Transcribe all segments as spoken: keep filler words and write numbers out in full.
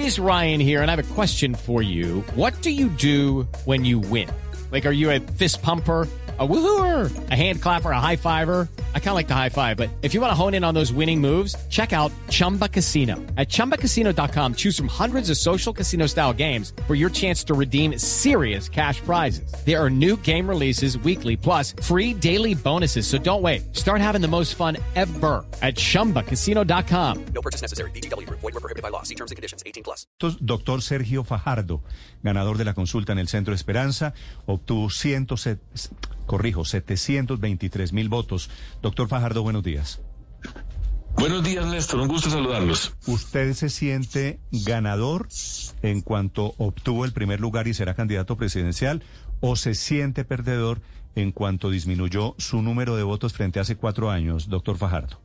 is Ryan here, and I have a question for you. What do you do when you win? Like, are you a fist pumper, a woohooer, a hand clapper, a high fiver? I kind of like the high five, but if you want to hone in on those winning moves, check out Chumba Casino. At chumba casino dot com, choose from hundreds of social casino style games for your chance to redeem serious cash prizes. There are new game releases weekly, plus free daily bonuses. So don't wait. Start having the most fun ever at chumba casino dot com. No purchase necessary. V G W Group. Void where prohibited by law. See terms and conditions. eighteen plus. Doctor Sergio Fajardo, ganador de la consulta en el Centro Esperanza, obtuvo cien, corrijo, setecientos veintitrés mil votos. Doctor Fajardo, buenos días. Buenos días, Néstor. Un gusto saludarlos. ¿Usted se siente ganador en cuanto obtuvo el primer lugar y será candidato presidencial, o se siente perdedor en cuanto disminuyó su número de votos frente a hace cuatro años, doctor Fajardo?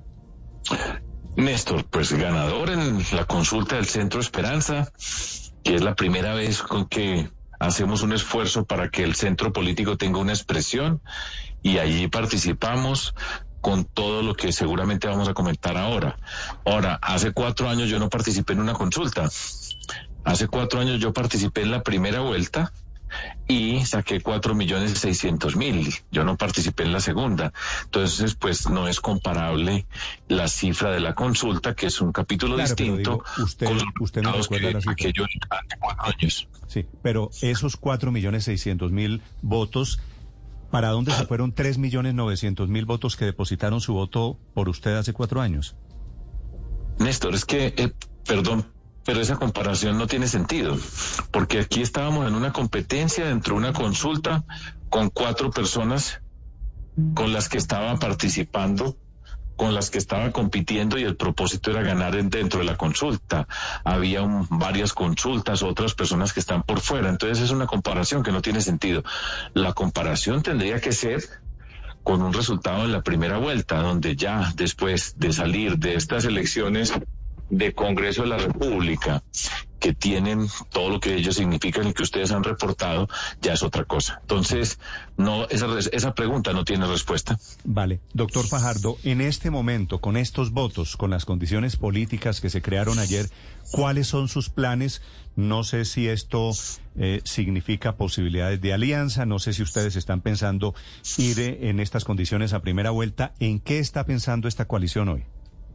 Néstor, pues ganador en la consulta del Centro Esperanza, que es la primera vez con que hacemos un esfuerzo para que el centro político tenga una expresión, y allí participamos con todo lo que seguramente vamos a comentar ahora. Ahora, hace cuatro años yo no participé en una consulta. Hace cuatro años yo participé en la primera vuelta y saqué cuatro millones seiscientos mil. Yo no participé en la segunda. Entonces, pues no es comparable la cifra de la consulta, que es un capítulo claro, distinto. Digo, usted, con usted no recuerda la cifra. Que yo hace cuatro años. Sí, pero esos cuatro millones seiscientos mil votos, ¿para dónde se fueron tres millones novecientos mil votos que depositaron su voto por usted hace cuatro años? Néstor, es que, eh, perdón, pero esa comparación no tiene sentido, porque aquí estábamos en una competencia dentro de una consulta con cuatro personas con las que estaba participando, con las que estaba compitiendo, y el propósito era ganar dentro de la consulta. Había un, varias consultas, otras personas que están por fuera, entonces es una comparación que no tiene sentido. La comparación tendría que ser con un resultado en la primera vuelta, donde ya después de salir de estas elecciones de Congreso de la República, que tienen todo lo que ellos significan y que ustedes han reportado, ya es otra cosa. Entonces, no, esa, esa pregunta no tiene respuesta. Vale. Doctor Fajardo, en este momento, con estos votos, con las condiciones políticas que se crearon ayer, ¿cuáles son sus planes? No sé si esto eh, significa posibilidades de alianza, no sé si ustedes están pensando ir en estas condiciones a primera vuelta. ¿En qué está pensando esta coalición hoy?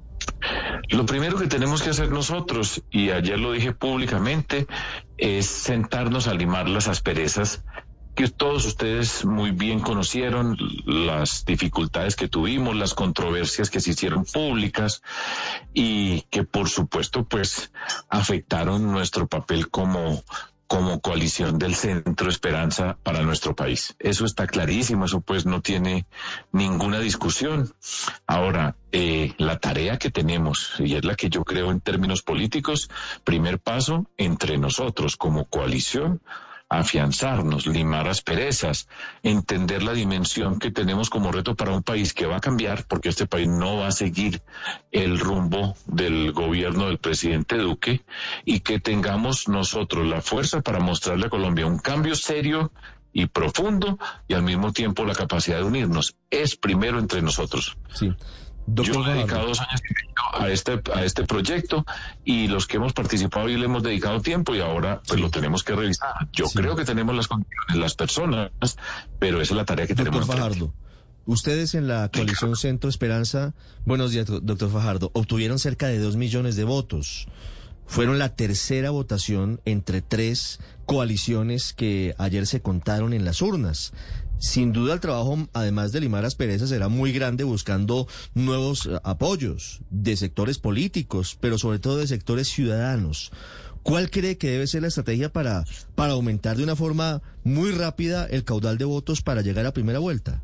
Lo primero que tenemos que hacer nosotros, y ayer lo dije públicamente, es sentarnos a limar las asperezas que todos ustedes muy bien conocieron, las dificultades que tuvimos, las controversias que se hicieron públicas y que por supuesto pues afectaron nuestro papel como como coalición del Centro Esperanza para nuestro país. Eso está clarísimo, eso pues no tiene ninguna discusión. Ahora, eh, la tarea que tenemos, y es la que yo creo en términos políticos, primer paso entre nosotros como coalición, afianzarnos, limar asperezas, entender la dimensión que tenemos como reto para un país que va a cambiar, porque este país no va a seguir el rumbo del gobierno del presidente Duque, y que tengamos nosotros la fuerza para mostrarle a Colombia un cambio serio y profundo, y al mismo tiempo la capacidad de unirnos. Es primero entre nosotros. Sí. Doctor Yo he Fajardo. dedicado dos años a este, a este proyecto, y los que hemos participado y le hemos dedicado tiempo, y ahora pues Sí. lo tenemos que revisar. Yo Sí. creo que tenemos las condiciones, las personas, pero esa es la tarea que Doctor tenemos. Fajardo, ustedes en la coalición Centro Esperanza, buenos días, doctor Fajardo, obtuvieron cerca de dos millones de votos. Fueron la tercera votación entre tres coaliciones que ayer se contaron en las urnas. Sin duda el trabajo, además de limar asperezas, será muy grande buscando nuevos uh, apoyos de sectores políticos, pero sobre todo de sectores ciudadanos. ¿Cuál cree que debe ser la estrategia para, para aumentar de una forma muy rápida el caudal de votos para llegar a primera vuelta?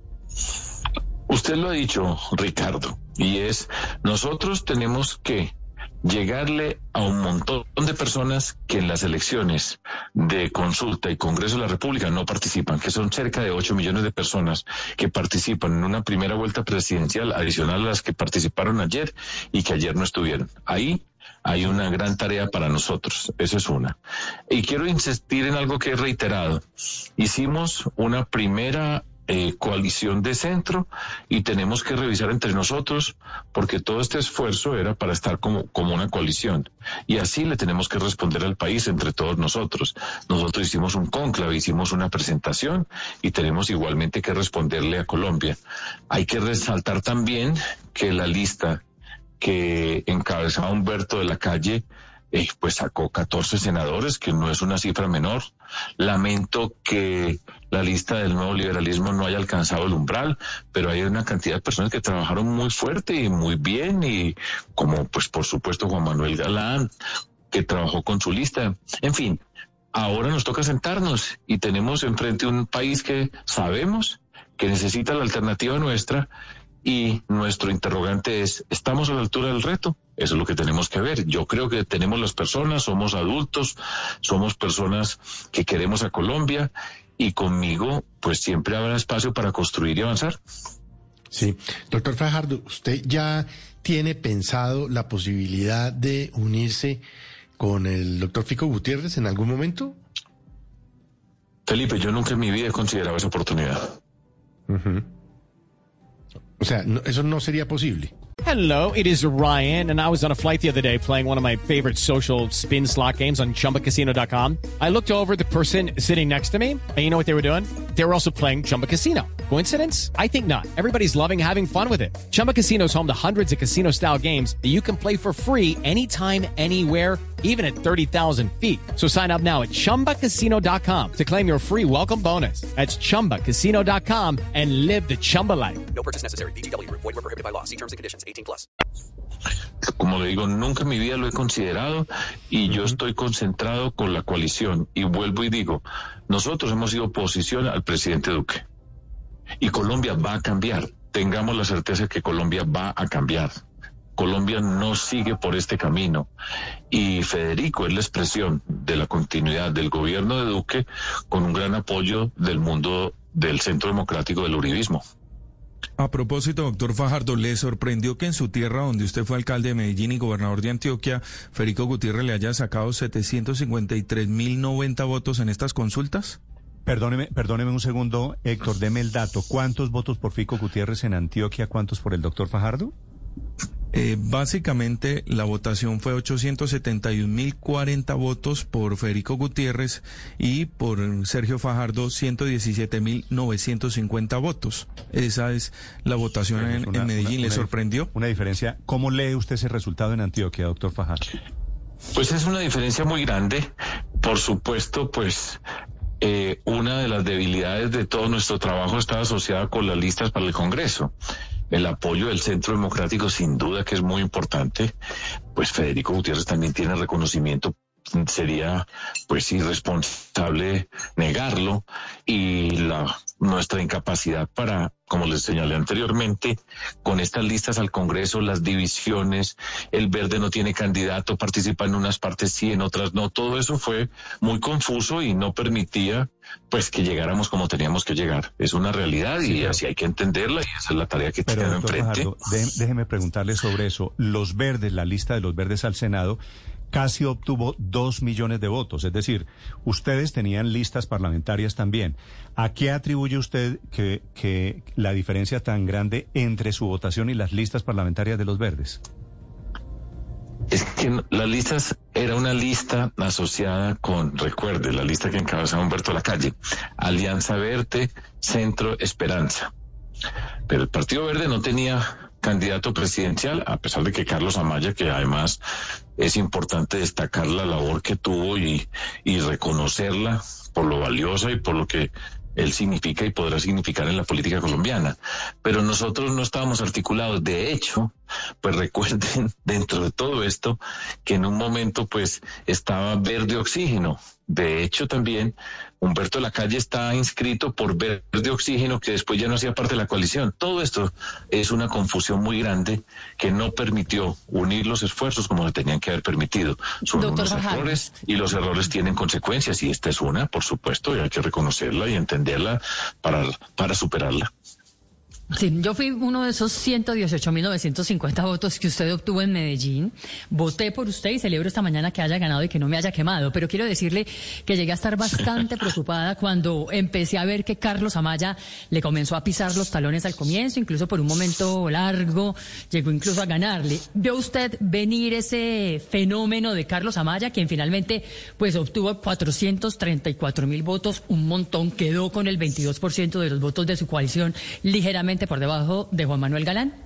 Usted lo ha dicho, Ricardo, y es, nosotros tenemos que llegarle a un montón de personas que en las elecciones de consulta y Congreso de la República no participan, que son cerca de ocho millones de personas que participan en una primera vuelta presidencial adicional a las que participaron ayer y que ayer no estuvieron. Ahí hay una gran tarea para nosotros, eso es una. Y quiero insistir en algo que he reiterado. Hicimos una primera eh, coalición de centro y tenemos que revisar entre nosotros porque todo este esfuerzo era para estar como, como una coalición y así le tenemos que responder al país entre todos nosotros. Nosotros hicimos un cónclave, hicimos una presentación y tenemos igualmente que responderle a Colombia. Hay que resaltar también que la lista que encabezaba Humberto de la Calle Eh, pues sacó catorce senadores, que no es una cifra menor. Lamento que la lista del nuevo liberalismo no haya alcanzado el umbral, pero hay una cantidad de personas que trabajaron muy fuerte y muy bien, y como pues por supuesto Juan Manuel Galán, que trabajó con su lista. En fin, ahora nos toca sentarnos y tenemos enfrente un país que sabemos que necesita la alternativa nuestra. Y nuestro interrogante es, ¿estamos a la altura del reto? Eso es lo que tenemos que ver. Yo creo que tenemos las personas, somos adultos, somos personas que queremos a Colombia y conmigo pues siempre habrá espacio para construir y avanzar. Sí, doctor Fajardo, ¿usted ya tiene pensado la posibilidad de unirse con el doctor Fico Gutiérrez en algún momento? Felipe, yo nunca en mi vida he considerado esa oportunidad. Uh-huh. O sea, no, eso no sería posible. Hello, it is Ryan, and I was on a flight the other day playing one of my favorite social spin slot games on Chumba Casino dot com. I looked over at the person sitting next to me, and you know what they were doing? They were also playing Chumba Casino. Coincidence? I think not. Everybody's loving having fun with it. Chumba Casino is home to hundreds of casino-style games that you can play for free anytime, anywhere, even at thirty thousand feet. So sign up now at Chumba Casino dot com to claim your free welcome bonus. That's Chumba Casino dot com and live the Chumba life. No purchase necessary. V G W. Void where prohibited by law. See terms and conditions. eighteen plus. Como le digo, nunca en mi vida lo he considerado y yo estoy concentrado con la coalición. Y vuelvo y digo, nosotros hemos sido oposición al presidente Duque. Y Colombia va a cambiar. Tengamos la certeza que Colombia va a cambiar. Colombia no sigue por este camino. Y Federico es la expresión de la continuidad del gobierno de Duque con un gran apoyo del mundo del Centro Democrático del Uribismo. A propósito, doctor Fajardo, ¿le sorprendió que en su tierra, donde usted fue alcalde de Medellín y gobernador de Antioquia, Federico Gutiérrez le haya sacado setecientos cincuenta y tres mil noventa votos en estas consultas? Perdóneme, perdóneme un segundo, Héctor, deme el dato. ¿Cuántos votos por Fico Gutiérrez en Antioquia? ¿Cuántos por el doctor Fajardo? Eh, básicamente la votación fue ochocientos setenta y un mil cuarenta votos por Federico Gutiérrez y por Sergio Fajardo ciento diecisiete mil novecientos cincuenta votos. Esa es la votación en, una, en Medellín. Una, ¿Le sorprendió? Una diferencia. ¿Cómo lee usted ese resultado en Antioquia, doctor Fajardo? Pues es una diferencia muy grande. Por supuesto, pues eh, una de las debilidades de todo nuestro trabajo está asociada con las listas para el Congreso. El apoyo del Centro Democrático sin duda que es muy importante, pues Federico Gutiérrez también tiene reconocimiento, sería pues irresponsable negarlo, y la nuestra incapacidad para, como les señalé anteriormente, con estas listas al Congreso, las divisiones, el verde no tiene candidato, participa en unas partes sí, en otras no, todo eso fue muy confuso y no permitía pues que llegáramos como teníamos que llegar. Es una realidad y sí, claro. Así hay que entenderla y esa es la tarea que tenemos enfrente. Fajardo, de, déjeme preguntarle sobre eso. Los verdes, la lista de los verdes al Senado, casi obtuvo dos millones de votos. Es decir, ustedes tenían listas parlamentarias también. ¿A qué atribuye usted que, que la diferencia tan grande entre su votación y las listas parlamentarias de los verdes? Es que las listas, era una lista asociada con, recuerde, la lista que encabezaba Humberto de la Calle, Alianza Verde, Centro, Esperanza. Pero el Partido Verde no tenía candidato presidencial, a pesar de que Carlos Amaya, que además es importante destacar la labor que tuvo y, y reconocerla por lo valiosa y por lo que él significa y podrá significar en la política colombiana. Pero nosotros no estábamos articulados. De hecho, pues recuerden, dentro de todo esto, que en un momento pues estaba Verde Oxígeno. De hecho, también Humberto de la Calle está inscrito por Verde Oxígeno, que después ya no hacía parte de la coalición. Todo esto es una confusión muy grande que no permitió unir los esfuerzos como se tenían que haber permitido. Son Doctor unos Fajardo. errores y los errores tienen consecuencias y esta es una, por supuesto, y hay que reconocerla y entenderla para, para superarla. Sí, yo fui uno de esos ciento dieciocho mil novecientos cincuenta votos que usted obtuvo en Medellín. Voté por usted y celebro esta mañana que haya ganado y que no me haya quemado. Pero quiero decirle que llegué a estar bastante preocupada cuando empecé a ver que Carlos Amaya le comenzó a pisar los talones al comienzo, incluso por un momento largo, llegó incluso a ganarle. ¿Vio usted venir ese fenómeno de Carlos Amaya, quien finalmente pues obtuvo cuatrocientos treinta y cuatro mil votos, un montón, quedó con el veintidós por ciento de los votos de su coalición, ligeramente por debajo de Juan Manuel Galán?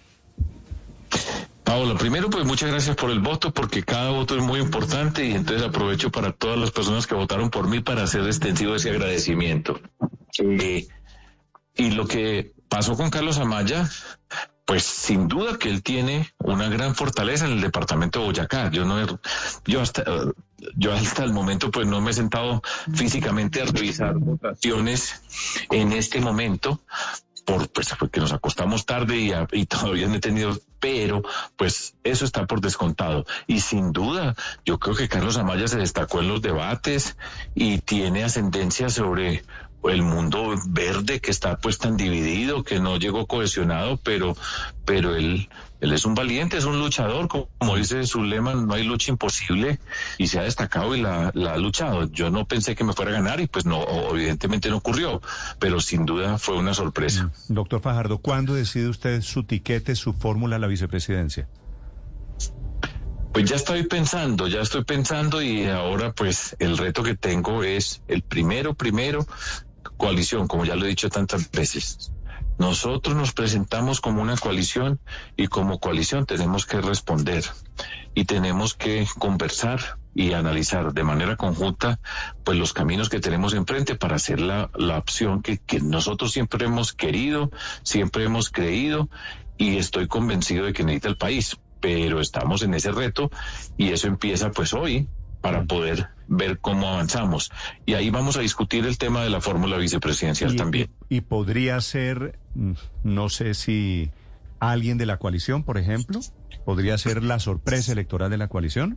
Paola, primero pues muchas gracias por el voto, porque cada voto es muy importante y entonces aprovecho para todas las personas que votaron por mí para hacer extensivo ese agradecimiento. Eh, y lo que pasó con Carlos Amaya, pues sin duda que él tiene una gran fortaleza en el departamento de Boyacá. Yo no he, yo hasta yo hasta el momento pues no me he sentado físicamente a revisar votaciones en este momento, por pues porque nos acostamos tarde y, y todavía no he tenido, pero pues eso está por descontado. Y sin duda, yo creo que Carlos Amaya se destacó en los debates y tiene ascendencia sobre el mundo verde, que está pues tan dividido, que no llegó cohesionado, pero pero él él es un valiente, es un luchador, como, como dice su lema, no hay lucha imposible, y se ha destacado y la, la ha luchado. Yo no pensé que me fuera a ganar y pues no, evidentemente no ocurrió, pero sin duda fue una sorpresa. Doctor Fajardo, ¿cuándo decide usted su tiquete, su fórmula a la vicepresidencia? Pues ya estoy pensando, ya estoy pensando y ahora pues el reto que tengo es el primero, primero, coalición, como ya lo he dicho tantas veces. Nosotros nos presentamos como una coalición y como coalición tenemos que responder y tenemos que conversar y analizar de manera conjunta pues los caminos que tenemos enfrente para hacer la, la opción que, que nosotros siempre hemos querido, siempre hemos creído y estoy convencido de que necesita el país. Pero estamos en ese reto y eso empieza pues hoy para poder ver cómo avanzamos. Y ahí vamos a discutir el tema de la fórmula vicepresidencial y, también. Y, y podría ser, no sé si alguien de la coalición, por ejemplo, podría ser la sorpresa electoral de la coalición.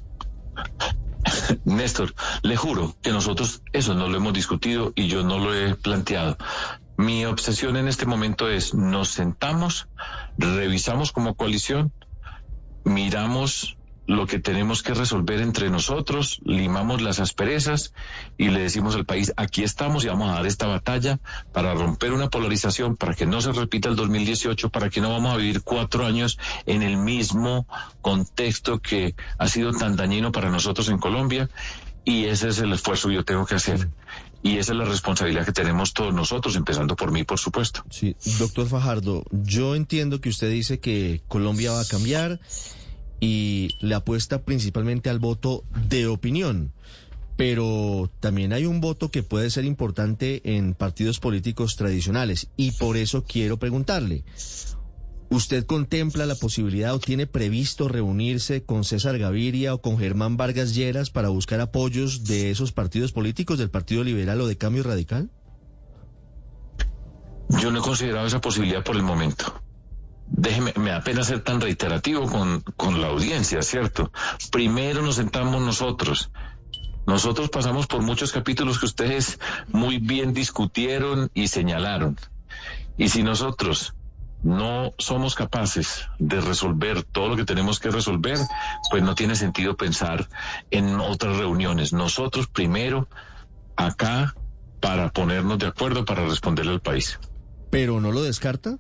Néstor, le juro que nosotros eso no lo hemos discutido y yo no lo he planteado. Mi obsesión en este momento es, nos sentamos, revisamos como coalición, miramos lo que tenemos que resolver entre nosotros, limamos las asperezas y le decimos al país, aquí estamos y vamos a dar esta batalla para romper una polarización, para que no se repita el dos mil dieciocho, para que no vamos a vivir cuatro años en el mismo contexto que ha sido tan dañino para nosotros en Colombia, y ese es el esfuerzo que yo tengo que hacer. Y esa es la responsabilidad que tenemos todos nosotros, empezando por mí, por supuesto. Sí, doctor Fajardo, yo entiendo que usted dice que Colombia va a cambiar y le apuesta principalmente al voto de opinión, pero también hay un voto que puede ser importante en partidos políticos tradicionales y por eso quiero preguntarle, ¿usted contempla la posibilidad o tiene previsto reunirse con César Gaviria o con Germán Vargas Lleras para buscar apoyos de esos partidos políticos, del Partido Liberal o de Cambio Radical? Yo no he considerado esa posibilidad por el momento. Déjeme, me da pena ser tan reiterativo con, con la audiencia, ¿cierto? Primero nos sentamos nosotros. Nosotros pasamos por muchos capítulos que ustedes muy bien discutieron y señalaron. Y si nosotros no somos capaces de resolver todo lo que tenemos que resolver, pues no tiene sentido pensar en otras reuniones. Nosotros primero acá para ponernos de acuerdo para responderle al país. ¿Pero no lo descarta?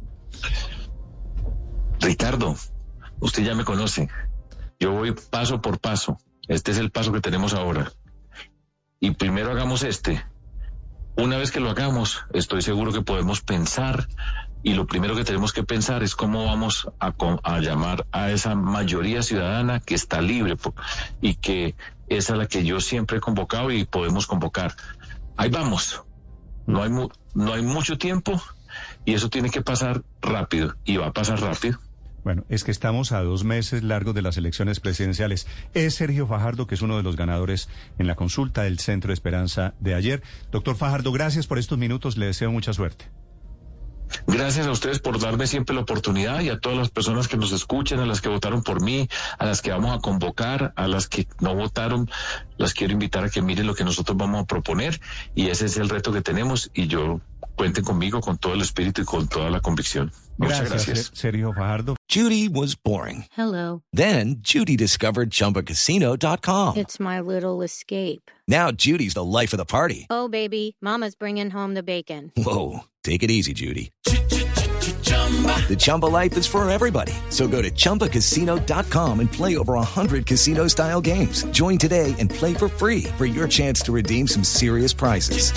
Ricardo, usted ya me conoce. Yo voy paso por paso. Este es el paso que tenemos ahora. Y primero hagamos este. Una vez que lo hagamos, estoy seguro que podemos pensar. Y lo primero que tenemos que pensar es cómo vamos a, a llamar a esa mayoría ciudadana que está libre y que es a la que yo siempre he convocado y podemos convocar. Ahí vamos. No hay, mu no hay mucho tiempo y eso tiene que pasar rápido y va a pasar rápido. Bueno, es que estamos a dos meses largos de las elecciones presidenciales. Es Sergio Fajardo, que es uno de los ganadores en la consulta del Centro de Esperanza de ayer. Doctor Fajardo, gracias por estos minutos. Le deseo mucha suerte. Gracias a ustedes por darme siempre la oportunidad y a todas las personas que nos escuchan, a las que votaron por mí, a las que vamos a convocar, a las que no votaron, las quiero invitar a que miren lo que nosotros vamos a proponer y ese es el reto que tenemos y yo cuenten conmigo con todo el espíritu y con toda la convicción. Muchas gracias. Gracias, Sergio Fajardo. Judy was boring. Hello. Then Judy discovered Chumba Casino dot com. It's my little escape. Now Judy's the life of the party. Oh, baby, mama's bringing home the bacon. Whoa, take it easy, Judy. The Chumba life is for everybody. So go to Chumba Casino dot com and play over one hundred casino-style games. Join today and play for free for your chance to redeem some serious prizes.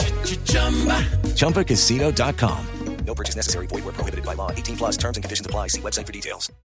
Chumba Casino dot com. No purchase necessary. Void where prohibited by law. eighteen plus terms and conditions apply. See website for details.